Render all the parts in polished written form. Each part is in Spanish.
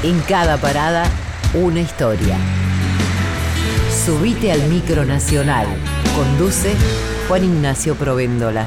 En cada parada, una historia. Subite al micro nacional. Conduce Juan Ignacio Provéndola.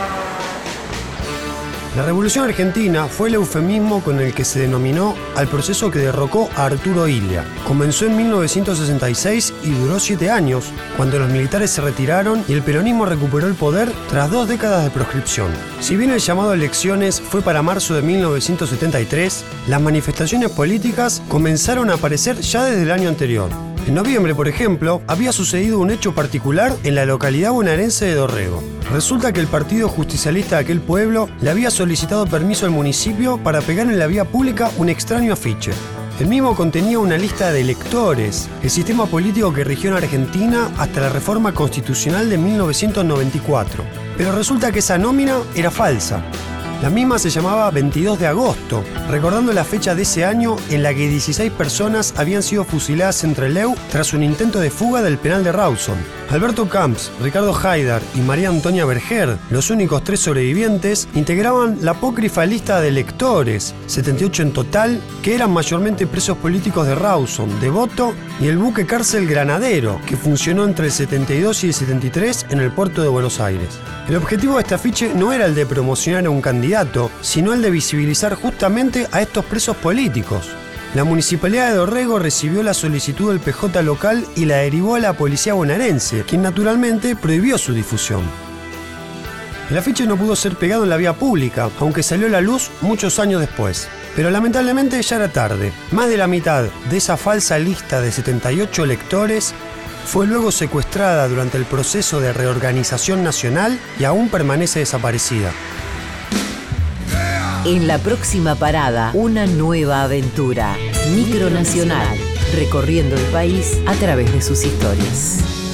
La Revolución Argentina fue el eufemismo con el que se denominó al proceso que derrocó a Arturo Illia. Comenzó en 1966 y duró 7 años, cuando los militares se retiraron y el peronismo recuperó el poder tras 2 décadas de proscripción. Si bien el llamado a elecciones fue para marzo de 1973, las manifestaciones políticas comenzaron a aparecer ya desde el año anterior. En noviembre, por ejemplo, había sucedido un hecho particular en la localidad bonaerense de Dorrego. Resulta que el partido justicialista de aquel pueblo le había solicitado permiso al municipio para pegar en la vía pública un extraño afiche. El mismo contenía una lista de electores, el sistema político que rigió en Argentina hasta la reforma constitucional de 1994. Pero resulta que esa nómina era falsa. La misma se llamaba 22 de agosto, recordando la fecha de ese año en la que 16 personas habían sido fusiladas en Trelew tras un intento de fuga del penal de Rawson. Alberto Camps, Ricardo Haidar y María Antonia Berger, los únicos 3 sobrevivientes, integraban la apócrifa lista de electores, 78 en total, que eran mayormente presos políticos de Rawson, Devoto y el buque cárcel Granadero, que funcionó entre el 72 y el 73 en el puerto de Buenos Aires. El objetivo de este afiche no era el de promocionar a un candidato, sino el de visibilizar justamente a estos presos políticos. La Municipalidad de Dorrego recibió la solicitud del PJ local y la derivó a la policía bonaerense, quien naturalmente prohibió su difusión. El afiche no pudo ser pegado en la vía pública, aunque salió a la luz muchos años después. Pero lamentablemente ya era tarde. Más de la mitad de esa falsa lista de 78 electores fue luego secuestrada durante el proceso de reorganización nacional y aún permanece desaparecida. En la próxima parada, una nueva aventura. Micronacional, recorriendo el país a través de sus historias.